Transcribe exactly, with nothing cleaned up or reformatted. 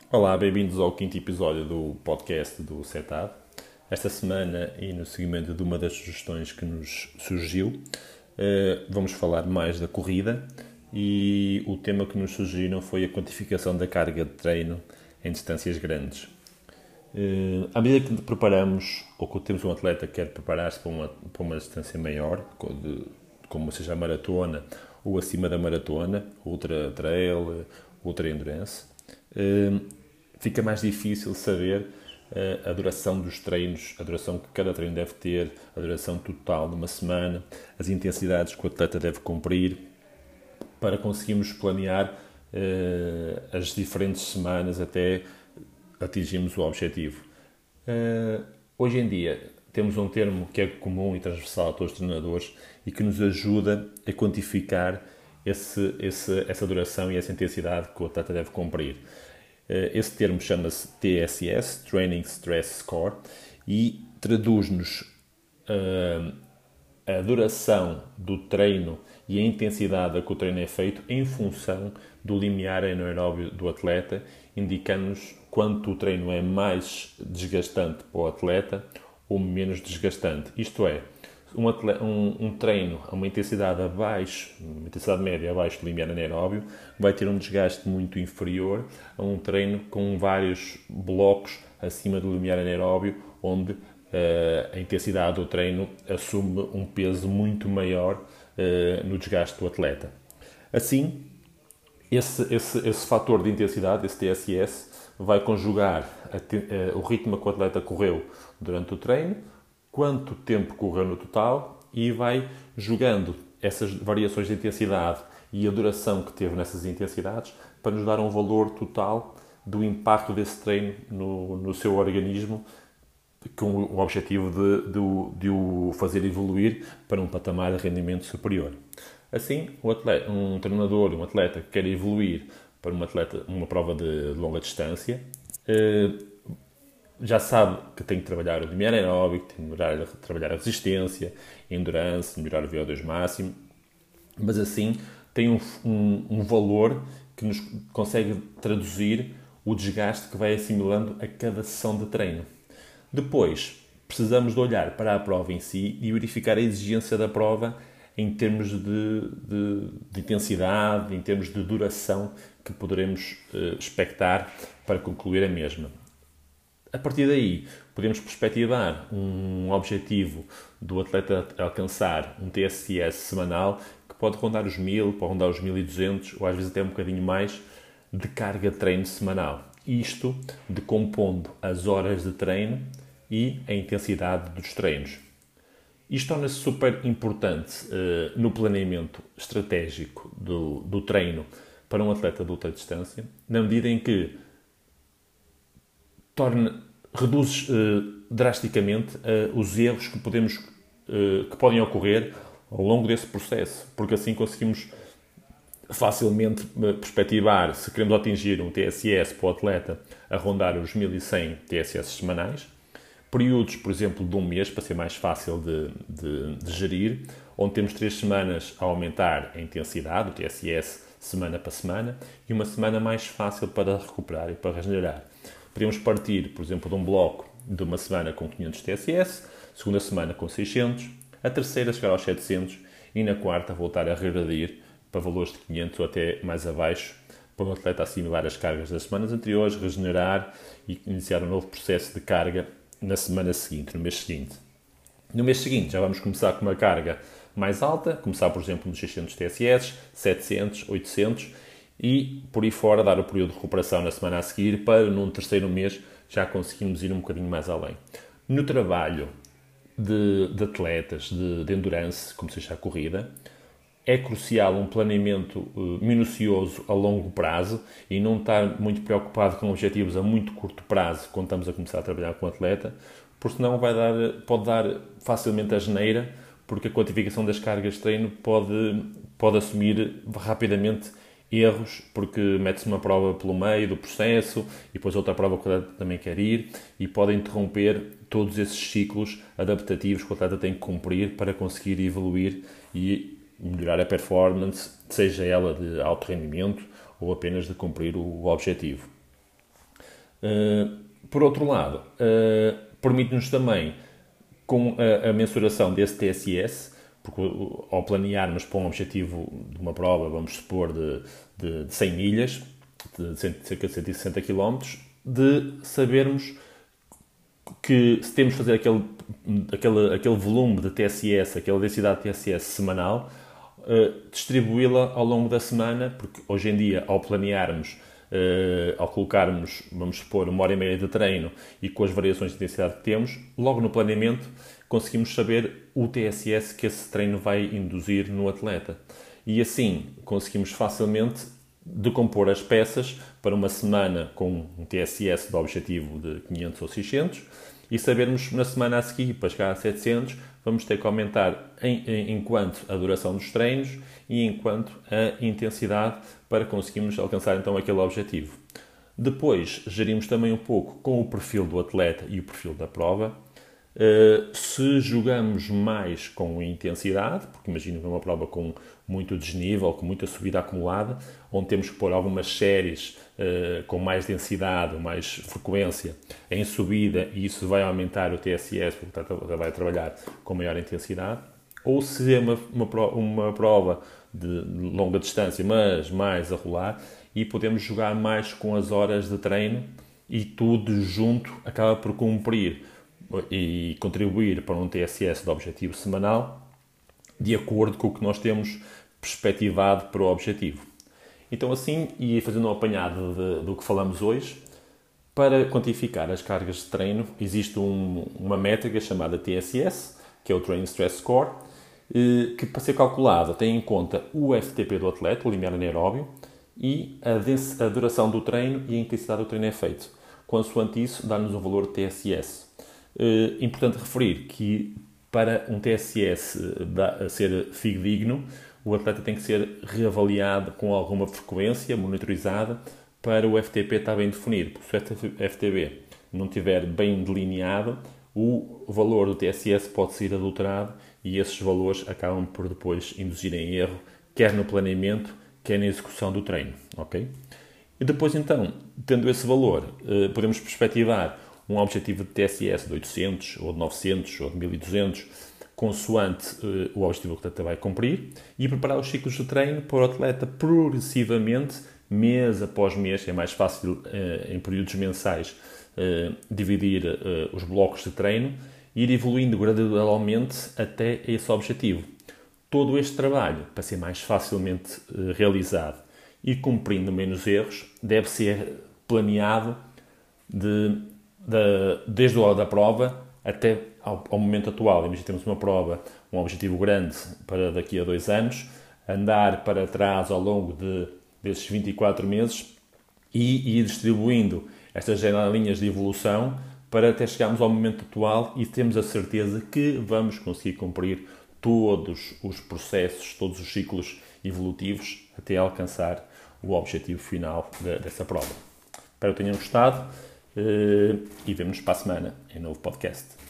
Olá, bem-vindos ao quinto episódio do podcast do Setup. Esta semana, e no seguimento de uma das sugestões que nos surgiu, eh, vamos falar mais da corrida e o tema que nos sugeriram foi a quantificação da carga de treino em distâncias grandes. Eh, À medida que preparamos, ou que temos um atleta que quer preparar-se para uma, para uma distância maior, de- como seja a maratona ou acima da maratona, ultra trail, ultra endurance, eh, fica mais difícil saber eh, a duração dos treinos, a duração que cada treino deve ter, a duração total de uma semana, as intensidades que o atleta deve cumprir, para conseguirmos planear eh, as diferentes semanas até atingirmos o objetivo. Eh, hoje em dia temos um termo que é comum e transversal a todos os treinadores e que nos ajuda a quantificar esse, esse, essa duração e essa intensidade que o atleta deve cumprir. Eh, Esse termo chama-se T S S, Training Stress Score, e traduz-nos uh, a duração do treino e a intensidade a que o treino é feito em função do limiar anaeróbio do atleta, indicando-nos quanto o treino é mais desgastante para o atleta ou menos desgastante. Isto é, um, atleta, um, um treino a uma intensidade abaixo, uma intensidade média abaixo do limiar anaeróbio, vai ter um desgaste muito inferior a um treino com vários blocos acima do limiar anaeróbio, onde uh, a intensidade do treino assume um peso muito maior uh, no desgaste do atleta. Assim, esse, esse, esse fator de intensidade, esse T S S, vai conjugar a te, uh, o ritmo que o atleta correu durante o treino, quanto tempo correu no total, e vai jogando essas variações de intensidade e a duração que teve nessas intensidades para nos dar um valor total do impacto desse treino no, no seu organismo, com o objetivo de, de, de o fazer evoluir para um patamar de rendimento superior. Assim, um, atleta, um treinador, um atleta que quer evoluir para uma, atleta, uma prova de longa distância, eh, já sabe que tem que trabalhar o limiar aeróbico, tem que melhorar, trabalhar a resistência, a endurance, melhorar o V O dois máximo, mas assim tem um, um, um valor que nos consegue traduzir o desgaste que vai assimilando a cada sessão de treino. Depois, precisamos de olhar para a prova em si e verificar a exigência da prova em termos de, de, de intensidade, em termos de duração que poderemos uh, expectar para concluir a mesma. A partir daí, podemos perspectivar um objetivo do atleta alcançar um T S S semanal que pode rondar os mil, pode rondar os mil e duzentos ou às vezes até um bocadinho mais de carga de treino semanal. Isto decompondo as horas de treino e a intensidade dos treinos. Isto torna-se super importante uh, no planeamento estratégico do, do treino para um atleta de ultra distância, na medida em que torna, reduz uh, drasticamente uh, os erros que, podemos, uh, que podem ocorrer ao longo desse processo, porque assim conseguimos facilmente uh, perspectivar se queremos atingir um T S S para o atleta a rondar os mil e cem T S S semanais, períodos, por exemplo, de um mês, para ser mais fácil de, de, de gerir, onde temos três semanas a aumentar a intensidade, o T S S, semana para semana, e uma semana mais fácil para recuperar e para regenerar. Podemos partir, por exemplo, de um bloco de uma semana com quinhentos T S S, segunda semana com seiscentos, a terceira chegar aos setecentos e na quarta voltar a regredir para valores de quinhentos ou até mais abaixo, para o atleta assimilar as cargas das semanas anteriores, regenerar e iniciar um novo processo de carga na semana seguinte, no mês seguinte. No mês seguinte já vamos começar com uma carga mais alta, começar por exemplo nos seiscentos T S S, setecentos, oitocentos e por aí fora dar o período de recuperação na semana a seguir para num terceiro mês já conseguirmos ir um bocadinho mais além. No trabalho de, de atletas, de, de endurance, como seja a corrida, é crucial um planeamento uh, minucioso a longo prazo e não estar muito preocupado com objetivos a muito curto prazo quando estamos a começar a trabalhar com o atleta, porque senão vai dar, pode dar facilmente a geneira, porque a quantificação das cargas de treino pode, pode assumir rapidamente erros, porque mete-se uma prova pelo meio do processo e depois outra prova que o atleta também quer ir e pode interromper todos esses ciclos adaptativos que o atleta tem que cumprir para conseguir evoluir e melhorar a performance, seja ela de alto rendimento ou apenas de cumprir o objetivo. Por outro lado, permite-nos também, com a, a mensuração desse T S S, porque ao planearmos para um objetivo de uma prova, vamos supor, de, de, de cem milhas, de cerca de cento e sessenta quilómetros, de sabermos que se temos de fazer aquele, aquele, aquele volume de T S S, aquela densidade de T S S semanal, uh, distribuí-la ao longo da semana, porque hoje em dia, ao planearmos, uh, ao colocarmos, vamos supor, uma hora e meia de treino e com as variações de intensidade que temos, logo no planeamento conseguimos saber o T S S que esse treino vai induzir no atleta. E assim conseguimos facilmente decompor as peças para uma semana com um T S S do objetivo de quinhentos ou seiscentos e sabermos na semana a seguir, para chegar a setecentos, vamos ter que aumentar em, em, enquanto a duração dos treinos e enquanto a intensidade para conseguirmos alcançar então aquele objetivo. Depois, gerimos também um pouco com o perfil do atleta e o perfil da prova. Uh, se jogamos mais com intensidade, porque imagino uma prova com muito desnível, com muita subida acumulada, onde temos que pôr algumas séries uh, com mais densidade, mais frequência em subida, e isso vai aumentar o T S S, portanto vai trabalhar com maior intensidade. Ou se é uma, uma, uma prova de longa distância, mas mais a rolar, e podemos jogar mais com as horas de treino, e tudo junto acaba por cumprir e contribuir para um T S S de objetivo semanal de acordo com o que nós temos perspectivado para o objetivo. Então assim, e fazendo um apanhado de, do que falamos hoje, para quantificar as cargas de treino existe um, uma métrica chamada T S S, que é o Training Stress Score, que para ser calculada tem em conta o F T P do atleta, o limiar anaeróbio, e a, a duração do treino e a intensidade do treino é feito. Consoante isso, dá-nos o valor T S S. É importante referir que para um T S S ser fidedigno, o atleta tem que ser reavaliado com alguma frequência, monitorizada, para o F T P estar bem definido. Porque se o F T P não estiver bem delineado, o valor do T S S pode ser adulterado e esses valores acabam por depois induzir em erro, quer no planeamento, quer na execução do treino. Okay? E depois, então, tendo esse valor, podemos perspectivar um objetivo de T S S de oitocentos, ou de novecentos, ou de mil e duzentos, consoante uh, o objetivo que o atleta vai cumprir, e preparar os ciclos de treino para o atleta progressivamente, mês após mês. É mais fácil, uh, em períodos mensais, uh, dividir uh, os blocos de treino e ir evoluindo gradualmente até esse objetivo. Todo este trabalho, para ser mais facilmente uh, realizado e cumprindo menos erros, deve ser planeado de Da, desde a hora da prova até ao, ao momento atual. Imagina, temos uma prova, um objetivo grande para daqui a dois anos, andar para trás ao longo de, desses vinte e quatro meses e ir distribuindo estas janelinhas de evolução para até chegarmos ao momento atual e termos a certeza que vamos conseguir cumprir todos os processos, todos os ciclos evolutivos até alcançar o objetivo final de, dessa prova. Espero que tenham gostado. Uh, e vemo-nos para a semana em novo podcast.